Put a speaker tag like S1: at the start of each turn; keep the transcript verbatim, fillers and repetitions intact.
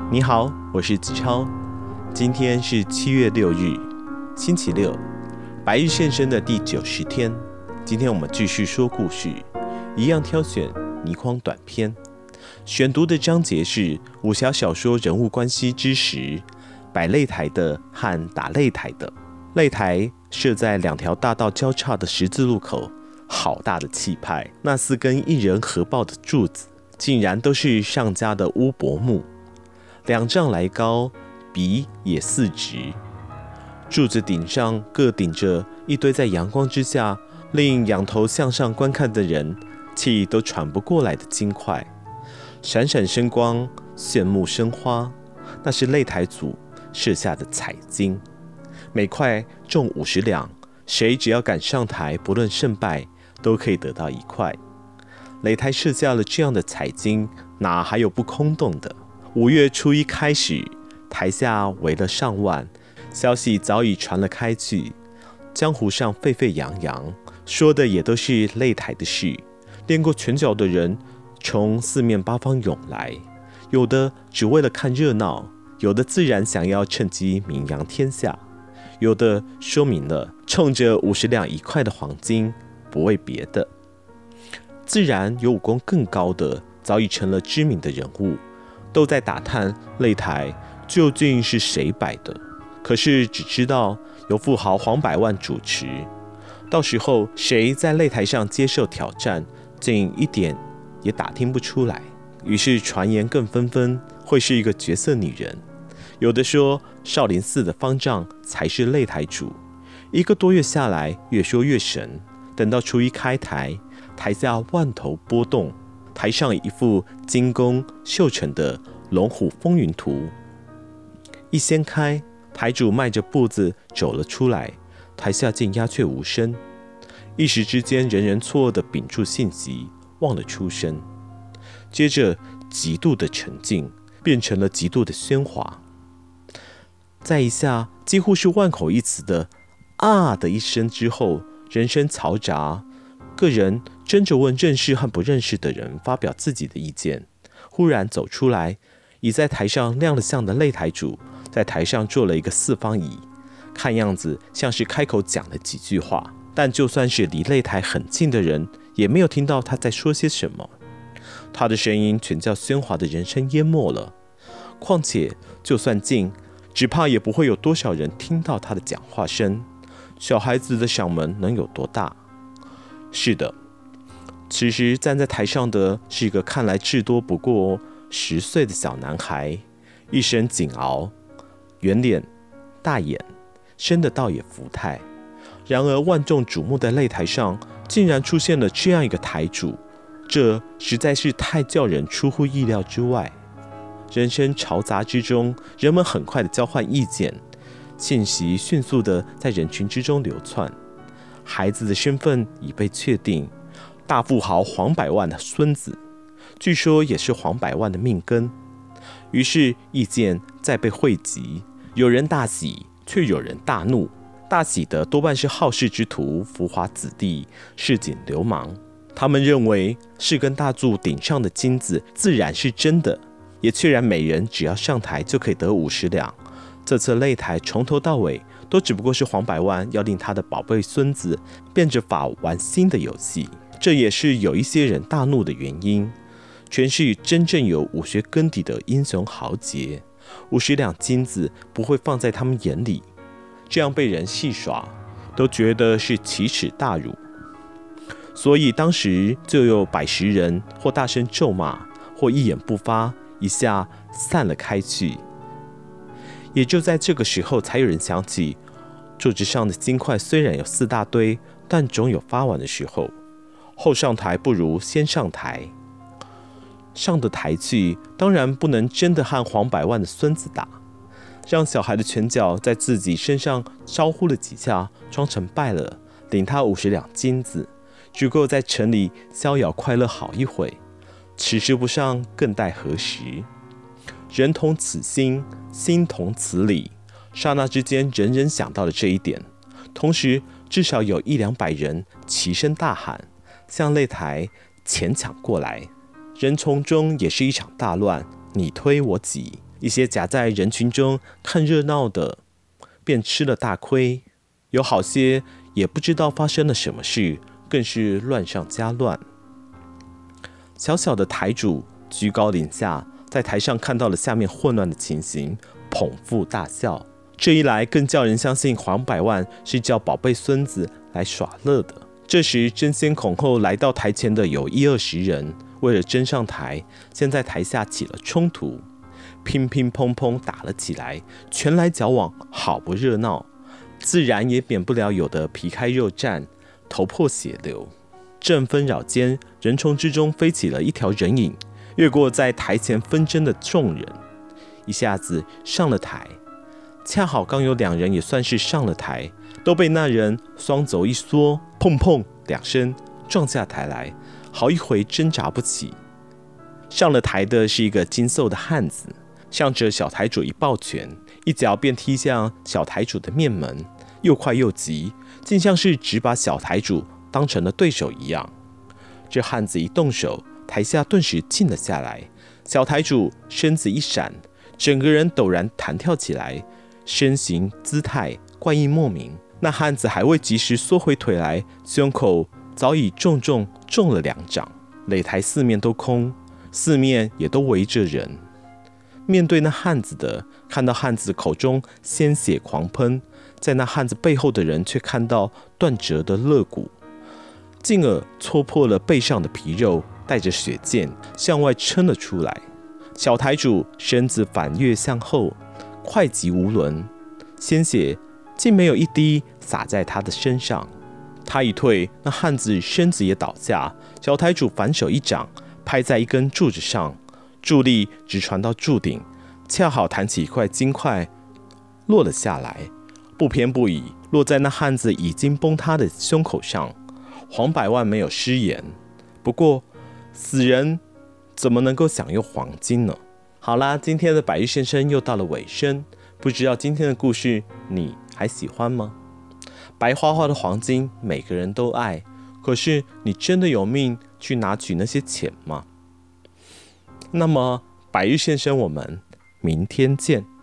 S1: 你好，我是子超。今天是七月六日，星期六，白日现身的第九十天。今天我们继续说故事，一样挑选倪匡短篇。选读的章节是武侠小说人物关系之十，摆擂台的和打擂台的。擂台设在两条大道交叉的十字路口，好大的气派！那四根一人合抱的柱子，竟然都是上家的乌柏木，两丈来高，鼻也四直。柱子顶上各顶着一堆在阳光之下令仰头向上观看的人气都喘不过来的金块，闪闪生光，炫目生花。那是擂台组设下的彩金，每块重五十两，谁只要敢上台，不论胜败，都可以得到一块。擂台设下了这样的彩金，哪还有不空洞的？五月初一开始，台下围了上万，消息早已传了开去，江湖上沸沸扬扬，说的也都是擂台的事。练过拳脚的人从四面八方涌来，有的只为了看热闹，有的自然想要趁机名扬天下，有的说明了冲着五十两一块的黄金，不为别的。自然有武功更高的，早已成了知名的人物，都在打探擂台究竟是谁摆的。可是只知道由富豪黄百万主持，到时候谁在擂台上接受挑战，竟一点也打听不出来。于是传言更纷纷，会是一个绝色女人。有的说少林寺的方丈才是擂台主。一个多月下来，越说越神。等到初一开台，台下万头波动，台上一副精工绣成的龙虎风云图一掀开，台主迈着步子走了出来，台下竟鸦雀无声。一时之间，人人错愕地屏住信息，忘了出声。接着极度的沉静变成了极度的喧哗，在一下几乎是万口一词的啊的一声之后，人声嘈杂，个人争着问认识和不认识的人发表自己的意见。忽然走出来，已在台上亮了相的擂台主在台上坐了一个四方椅，看样子像是开口讲了几句话，但就算是离擂台很近的人，也没有听到他在说些什么。他的声音全叫喧哗的人声淹没了，况且就算近，只怕也不会有多少人听到他的讲话声。小孩子的嗓门能有多大？是的，此时站在台上的是一个看来至多不过十岁的小男孩，一身锦袄，圆脸大眼，生的倒也福态。然而万众瞩目的擂台上，竟然出现了这样一个台主，这实在是太叫人出乎意料之外。人声嘈杂之中，人们很快的交换意见，信息迅速的在人群之中流窜。孩子的身份已被确定，大富豪黄百万的孙子，据说也是黄百万的命根。于是意见再被汇集，有人大喜，却有人大怒。大喜的多半是好事之徒、浮华子弟、市井流氓，他们认为是根大柱顶上的金子自然是真的，也确然每人只要上台就可以得五十两。这次擂台从头到尾都只不过是黄百万要令他的宝贝孙子变着法玩新的游戏，这也是有一些人大怒的原因。全是真正有武学根底的英雄豪杰，五十两金子不会放在他们眼里，这样被人戏耍，都觉得是奇耻大辱。所以当时就有百十人或大声咒骂，或一言不发，一下散了开去。也就在这个时候，才有人想起，桌子上的金块虽然有四大堆，但总有发完的时候。后上台不如先上台。上的台去，当然不能真的和黄百万的孙子打，让小孩的拳脚在自己身上招呼了几下，装成败了，领他五十两金子，足够在城里逍遥快乐好一会。此时不上，更待何时？人同此心，心同此理。刹那之间，人人想到了这一点，同时至少有一两百人齐声大喊，向擂台前抢过来。人丛中也是一场大乱，你推我挤， 一些夹在人群中看热闹的便吃了大亏，有好些也不知道发生了什么事，更是乱上加乱。小小的台主居高临下，在台上看到了下面混乱的情形，捧腹大笑。这一来更叫人相信黄百万是叫宝贝孙子来耍乐的。这时争先恐后来到台前的有一二十人，为了争上台，先在台下起了冲突，乒乒乓乓打了起来，拳来脚往，好不热闹。自然也免不了有的皮开肉绽，头破血流。正纷扰间，人丛之中飞起了一条人影，越过在台前纷争的众人，一下子上了台。恰好刚有两人也算是上了台，都被那人双肘一缩，砰砰两声撞下台来，好一回挣扎不起。上了台的是一个精瘦的汉子，向着小台主一抱拳，一脚便踢向小台主的面门，又快又急，竟像是只把小台主当成了对手一样。这汉子一动手，台下顿时静了下来，小台主身子一闪，整个人陡然弹跳起来，身形姿态怪异莫名。那汉子还未及时缩回腿来，胸口早已重重中了两掌，擂台四面都空，四面也都围着人。面对那汉子的，看到汉子口中鲜血狂喷，在那汉子背后的人却看到断折的肋骨，进而戳破了背上的皮肉，带着血溅向外撑了出来。小台主身子反跃向后，快急无伦，鲜血竟没有一滴洒在他的身上。他一退，那汉子身子也倒下，小台主反手一掌拍在一根柱子上，助力直传到柱顶，恰好弹起一块金块落了下来，不偏不倚落在那汉子已经崩塌的胸口上。黄百万没有失言，不过死人怎么能够享用黄金呢？好啦，今天的百日先生又到了尾声，不知道今天的故事你还喜欢吗？白花花的黄金每个人都爱，可是你真的有命去拿取那些钱吗？那么百日先生我们明天见。